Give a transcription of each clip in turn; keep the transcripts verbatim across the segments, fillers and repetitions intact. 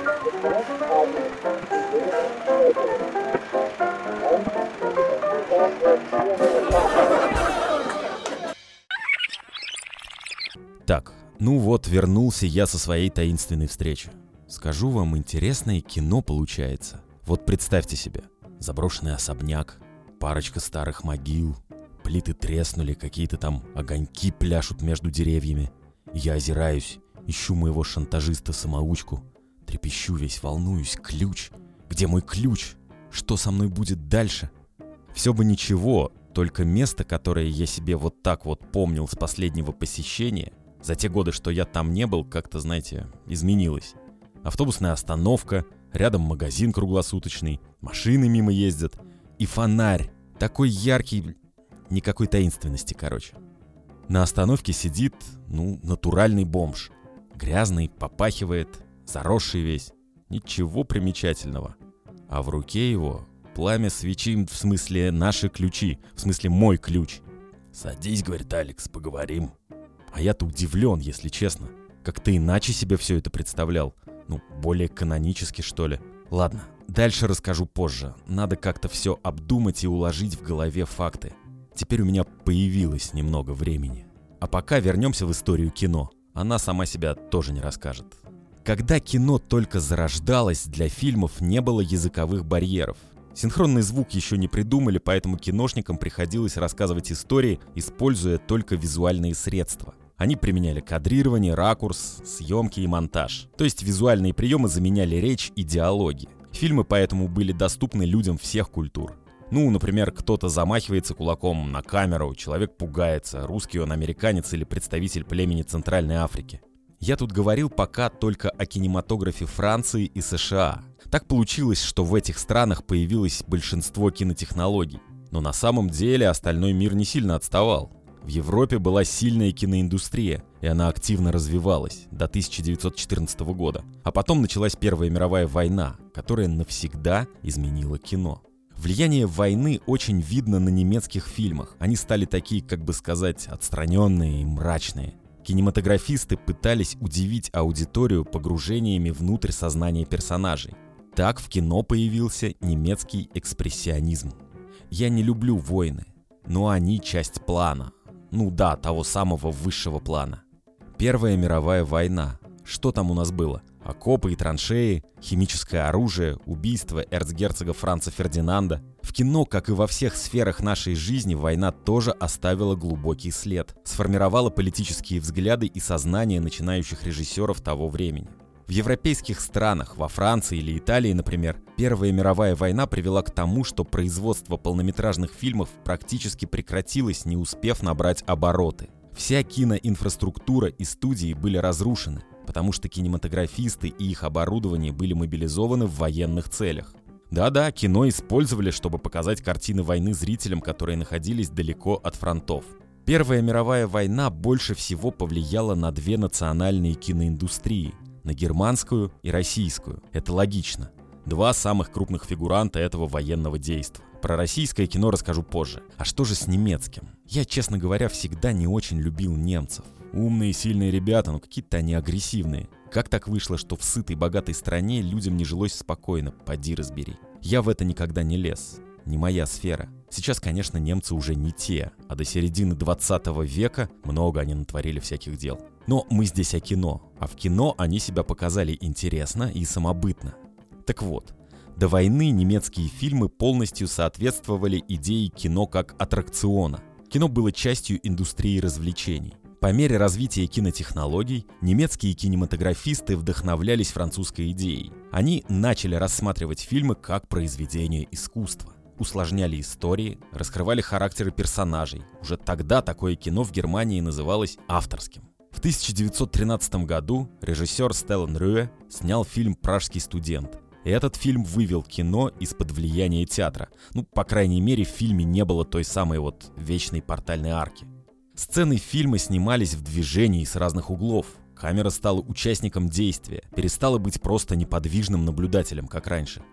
Так, ну вот, вернулся я со своей таинственной встречи. Скажу вам, интересное кино получается. Вот представьте себе, заброшенный особняк, парочка старых могил, плиты треснули, какие-то там огоньки пляшут между деревьями. Я озираюсь, ищу моего шантажиста-самоучку, трепещу весь, волнуюсь, ключ. Где мой ключ? Что со мной будет дальше? Все бы ничего, только место, которое я себе вот так вот помнил с последнего посещения, за те годы, что я там не был, как-то, знаете, изменилось. Автобусная остановка, рядом магазин круглосуточный, машины мимо ездят. И фонарь, такой яркий, никакой таинственности, короче. На остановке сидит, ну, натуральный бомж. Грязный, попахивает, заросший весь. Ничего примечательного. А в руке его пламя свечи, в смысле наши ключи, в смысле мой ключ. «Садись, — говорит Алекс, — поговорим». А я-то удивлен, если честно. Как-то иначе себе все это представлял. Ну, более канонически, что ли. Ладно, дальше расскажу позже. Надо как-то все обдумать и уложить в голове факты. Теперь у меня появилось немного времени. А пока вернемся в историю кино. Она сама себя тоже не расскажет. Когда кино только зарождалось, для фильмов не было языковых барьеров. Синхронный звук еще не придумали, поэтому киношникам приходилось рассказывать истории, используя только визуальные средства. Они применяли кадрирование, ракурс, съемки и монтаж. То есть визуальные приемы заменяли речь и диалоги. Фильмы поэтому были доступны людям всех культур. Ну, например, кто-то замахивается кулаком на камеру, человек пугается, русский он, американец или представитель племени Центральной Африки. Я тут говорил пока только о кинематографе Франции и США. Так получилось, что в этих странах появилось большинство кинотехнологий. Но на самом деле остальной мир не сильно отставал. В Европе была сильная киноиндустрия, и она активно развивалась до тысяча девятьсот четырнадцатого года. А потом началась Первая мировая война, которая навсегда изменила кино. Влияние войны очень видно на немецких фильмах. Они стали такие, как бы сказать, отстраненные и мрачные. Кинематографисты пытались удивить аудиторию погружениями внутрь сознания персонажей. Так в кино появился немецкий экспрессионизм. Я не люблю войны, но они часть плана. Ну да, того самого высшего плана. Первая мировая война. Что там у нас было? Окопы и траншеи, химическое оружие, убийство эрцгерцога Франца Фердинанда. В кино, как и во всех сферах нашей жизни, война тоже оставила глубокий след. Сформировала политические взгляды и сознание начинающих режиссеров того времени. В европейских странах, во Франции или Италии, например, Первая мировая война привела к тому, что производство полнометражных фильмов практически прекратилось, не успев набрать обороты. Вся киноинфраструктура и студии были разрушены, потому что кинематографисты и их оборудование были мобилизованы в военных целях. Да-да, кино использовали, чтобы показать картины войны зрителям, которые находились далеко от фронтов. Первая мировая война больше всего повлияла на две национальные киноиндустрии – на германскую и российскую. Это логично. Два самых крупных фигуранта этого военного действа. Про российское кино расскажу позже. А что же с немецким? Я, честно говоря, всегда не очень любил немцев. Умные, сильные ребята, но какие-то они агрессивные. Как так вышло, что в сытой, богатой стране людям не жилось спокойно, поди разбери. Я в это никогда не лез. Не моя сфера. Сейчас, конечно, немцы уже не те, а до середины двадцатого века много они натворили всяких дел. Но мы здесь о кино, а в кино они себя показали интересно и самобытно. Так вот, до войны немецкие фильмы полностью соответствовали идее кино как аттракциона. Кино было частью индустрии развлечений. По мере развития кинотехнологий, немецкие кинематографисты вдохновлялись французской идеей. Они начали рассматривать фильмы как произведение искусства. Усложняли истории, раскрывали характеры персонажей. Уже тогда такое кино в Германии называлось авторским. В тысяча девятьсот тринадцатом году режиссер Стеллан Рюэ снял фильм «Пражский студент». И этот фильм вывел кино из-под влияния театра. Ну, по крайней мере, в фильме не было той самой вот вечной портальной арки. Сцены фильма снимались в движении с разных углов. Камера стала участником действия, перестала быть просто неподвижным наблюдателем, как раньше.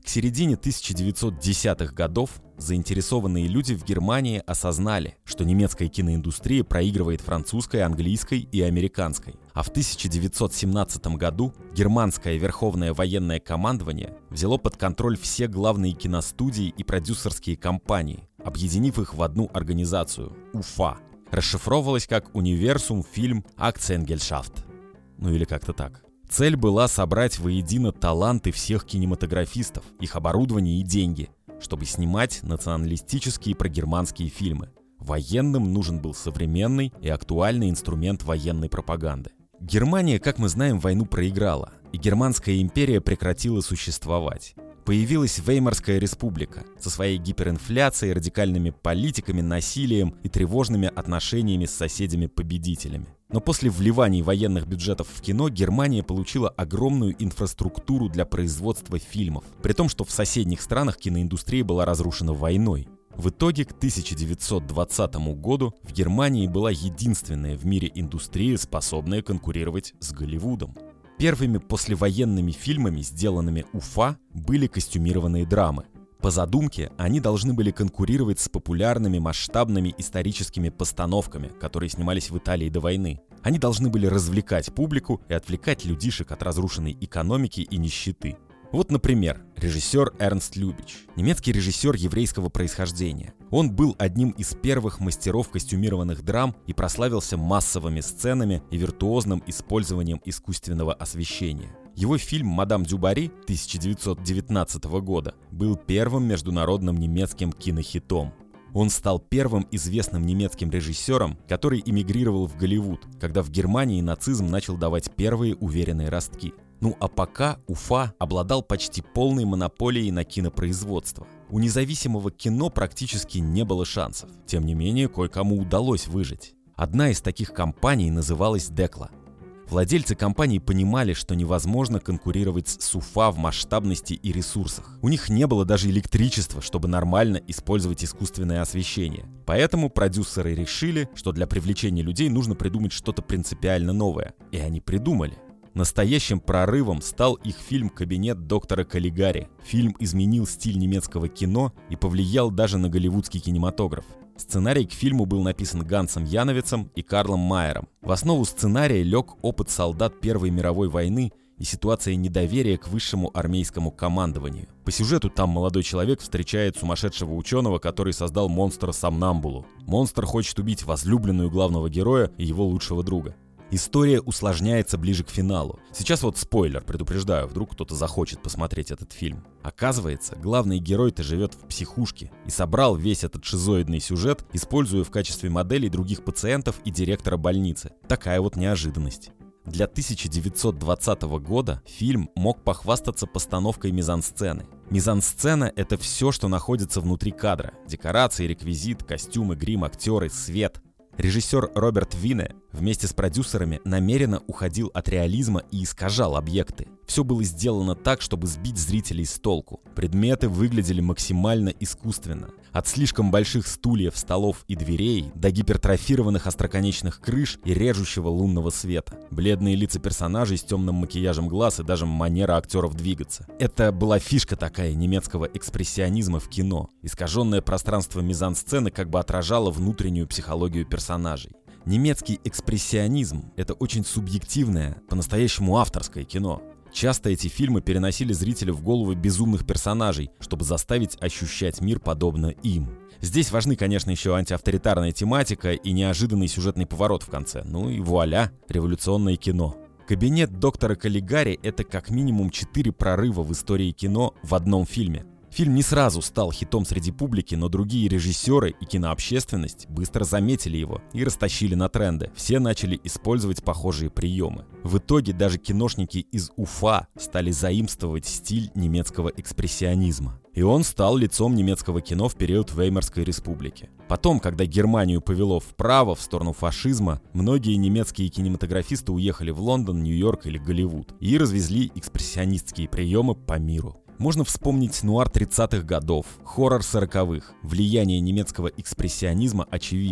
К середине тысяча девятьсот десятых годов заинтересованные люди в Германии осознали, что немецкая киноиндустрия проигрывает французской, английской и американской. А в тысяча девятьсот семнадцатом году германское верховное военное командование взяло под контроль все главные киностудии и продюсерские компании, объединив их в одну организацию – УФА. Расшифровывалось как Universum Film Aktiengesellschaft. Ну или как-то так. Цель была собрать воедино таланты всех кинематографистов, их оборудование и деньги, чтобы снимать националистические прогерманские фильмы. Военным нужен был современный и актуальный инструмент военной пропаганды. Германия, как мы знаем, войну проиграла, и Германская империя прекратила существовать. Появилась Веймарская республика со своей гиперинфляцией, радикальными политиками, насилием и тревожными отношениями с соседями-победителями. Но после вливаний военных бюджетов в кино Германия получила огромную инфраструктуру для производства фильмов, при том, что в соседних странах киноиндустрия была разрушена войной. В итоге к тысяча девятьсот двадцатому году в Германии была единственная в мире индустрия, способная конкурировать с Голливудом. Первыми послевоенными фильмами, сделанными УФА, были костюмированные драмы. По задумке, они должны были конкурировать с популярными масштабными историческими постановками, которые снимались в Италии до войны. Они должны были развлекать публику и отвлекать людишек от разрушенной экономики и нищеты. Вот, например, режиссер Эрнст Любич, немецкий режиссер еврейского происхождения. Он был одним из первых мастеров костюмированных драм и прославился массовыми сценами и виртуозным использованием искусственного освещения. Его фильм «Мадам дю Барри» тысяча девятьсот девятнадцатого года был первым международным немецким кинохитом. Он стал первым известным немецким режиссером, который эмигрировал в Голливуд, когда в Германии нацизм начал давать первые уверенные ростки. Ну а пока УФА обладал почти полной монополией на кинопроизводство. У независимого кино практически не было шансов. Тем не менее, кое-кому удалось выжить. Одна из таких компаний называлась Декла. Владельцы компании понимали, что невозможно конкурировать с УФА в масштабности и ресурсах. У них не было даже электричества, чтобы нормально использовать искусственное освещение. Поэтому продюсеры решили, что для привлечения людей нужно придумать что-то принципиально новое. И они придумали. Настоящим прорывом стал их фильм «Кабинет доктора Каллигари». Фильм изменил стиль немецкого кино и повлиял даже на голливудский кинематограф. Сценарий к фильму был написан Гансом Яновицем и Карлом Майером. В основу сценария лег опыт солдат Первой мировой войны и ситуация недоверия к высшему армейскому командованию. По сюжету там молодой человек встречает сумасшедшего ученого, который создал монстра Сомнамбулу. Монстр хочет убить возлюбленную главного героя и его лучшего друга. История усложняется ближе к финалу. Сейчас вот спойлер, предупреждаю, вдруг кто-то захочет посмотреть этот фильм. Оказывается, главный герой-то живет в психушке и собрал весь этот шизоидный сюжет, используя в качестве моделей других пациентов и директора больницы. Такая вот неожиданность. Для тысяча девятьсот двадцатого года фильм мог похвастаться постановкой мизансцены. Мизансцена — это все, что находится внутри кадра. Декорации, реквизит, костюмы, грим, актеры, свет. Режиссер Роберт Вине вместе с продюсерами намеренно уходил от реализма и искажал объекты. Все было сделано так, чтобы сбить зрителей с толку. Предметы выглядели максимально искусственно. От слишком больших стульев, столов и дверей до гипертрофированных остроконечных крыш и режущего лунного света. Бледные лица персонажей с темным макияжем глаз и даже манера актеров двигаться. Это была фишка такая немецкого экспрессионизма в кино. Искаженное пространство мизансцены как бы отражало внутреннюю психологию персонажей. Немецкий экспрессионизм — это очень субъективное, по-настоящему авторское кино. Часто эти фильмы переносили зрителя в головы безумных персонажей, чтобы заставить ощущать мир подобно им. Здесь важны, конечно, еще антиавторитарная тематика и неожиданный сюжетный поворот в конце. Ну и вуаля, революционное кино. «Кабинет доктора Каллигари» — это как минимум четыре прорыва в истории кино в одном фильме. Фильм не сразу стал хитом среди публики, но другие режиссеры и кинообщественность быстро заметили его и растащили на тренды. Все начали использовать похожие приемы. В итоге даже киношники из УФА стали заимствовать стиль немецкого экспрессионизма. И он стал лицом немецкого кино в период Веймарской республики. Потом, когда Германию повело вправо, в сторону фашизма, многие немецкие кинематографисты уехали в Лондон, Нью-Йорк или Голливуд и развезли экспрессионистские приемы по миру. Можно вспомнить нуар тридцатых годов, хоррор сороковых. Влияние немецкого экспрессионизма очевидно.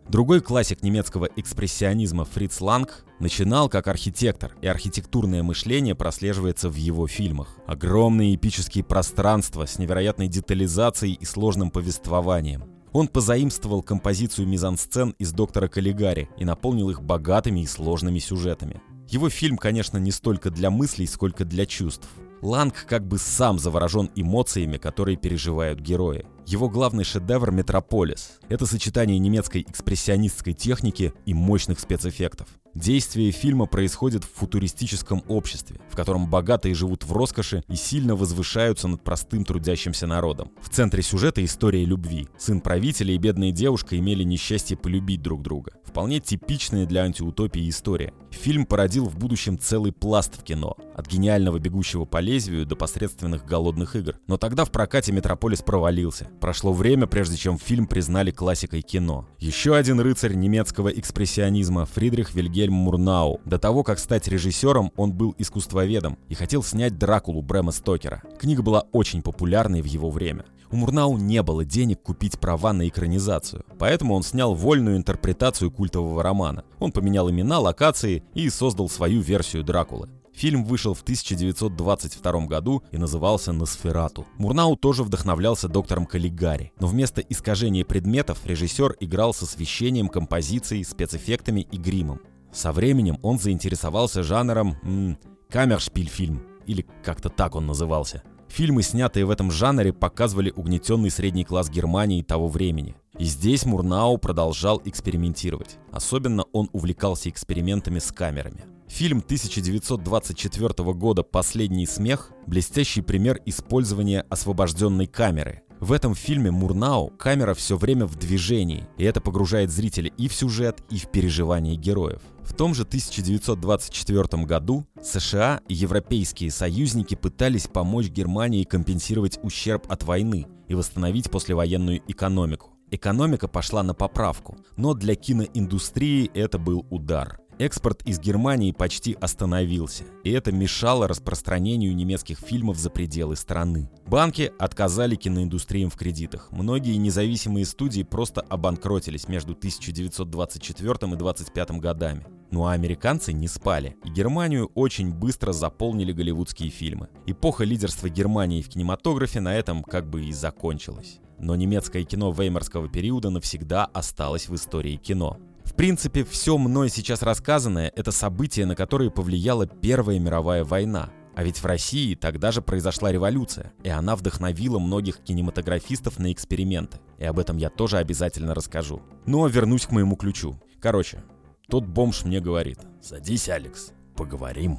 Другой классик немецкого экспрессионизма Фриц Ланг начинал как архитектор, и архитектурное мышление прослеживается в его фильмах. Огромные эпические пространства с невероятной детализацией и сложным повествованием. Он позаимствовал композицию мизансцен из «Доктора Каллигари» и наполнил их богатыми и сложными сюжетами. Его фильм, конечно, не столько для мыслей, сколько для чувств. Ланг как бы сам заворожен эмоциями, которые переживают герои. Его главный шедевр «Метрополис» — это сочетание немецкой экспрессионистской техники и мощных спецэффектов. Действие фильма происходит в футуристическом обществе, в котором богатые живут в роскоши и сильно возвышаются над простым трудящимся народом. В центре сюжета история любви. Сын правителя и бедная девушка имели несчастье полюбить друг друга. Вполне типичная для антиутопии история. Фильм породил в будущем целый пласт в кино. От гениального «Бегущего по лезвию» до посредственных «Голодных игр». Но тогда в прокате «Метрополис» провалился. Прошло время, прежде чем фильм признали классикой кино. Еще один рыцарь немецкого экспрессионизма — Фридрих Вильгельм Мурнау. До того, как стать режиссером, он был искусствоведом и хотел снять «Дракулу» Брэма Стокера. Книга была очень популярной в его время. У Мурнау не было денег купить права на экранизацию, поэтому он снял вольную интерпретацию культового романа. Он поменял имена, локации и создал свою версию Дракулы. Фильм вышел в тысяча девятьсот двадцать втором году и назывался «Носферату». Мурнау тоже вдохновлялся доктором Каллигари, но вместо искажения предметов режиссер играл с освещением, композицией, спецэффектами и гримом. Со временем он заинтересовался жанром м- камершпильфильм, или как-то так он назывался. Фильмы, снятые в этом жанре, показывали угнетенный средний класс Германии того времени. И здесь Мурнау продолжал экспериментировать. Особенно он увлекался экспериментами с камерами. Фильм тысяча девятьсот двадцать четвёртого года «Последний смех» — блестящий пример использования освобожденной камеры. В этом фильме Мурнау камера все время в движении, и это погружает зрителя и в сюжет, и в переживания героев. В том же тысяча девятьсот двадцать четвёртом году США и европейские союзники пытались помочь Германии компенсировать ущерб от войны и восстановить послевоенную экономику. Экономика пошла на поправку, но для киноиндустрии это был удар. Экспорт из Германии почти остановился, и это мешало распространению немецких фильмов за пределы страны. Банки отказали киноиндустриям в кредитах. Многие независимые студии просто обанкротились между тысяча девятьсот двадцать четвёртым и двадцать пятым годами. Ну а американцы не спали, и Германию очень быстро заполнили голливудские фильмы. Эпоха лидерства Германии в кинематографе на этом как бы и закончилась. Но немецкое кино веймарского периода навсегда осталось в истории кино. В принципе, все мной сейчас рассказанное — это события, на которые повлияла Первая мировая война. А ведь в России тогда же произошла революция, и она вдохновила многих кинематографистов на эксперименты. И об этом я тоже обязательно расскажу. Но вернусь к моему ключу. Короче, тот бомж мне говорит: «Садись, Алекс, поговорим».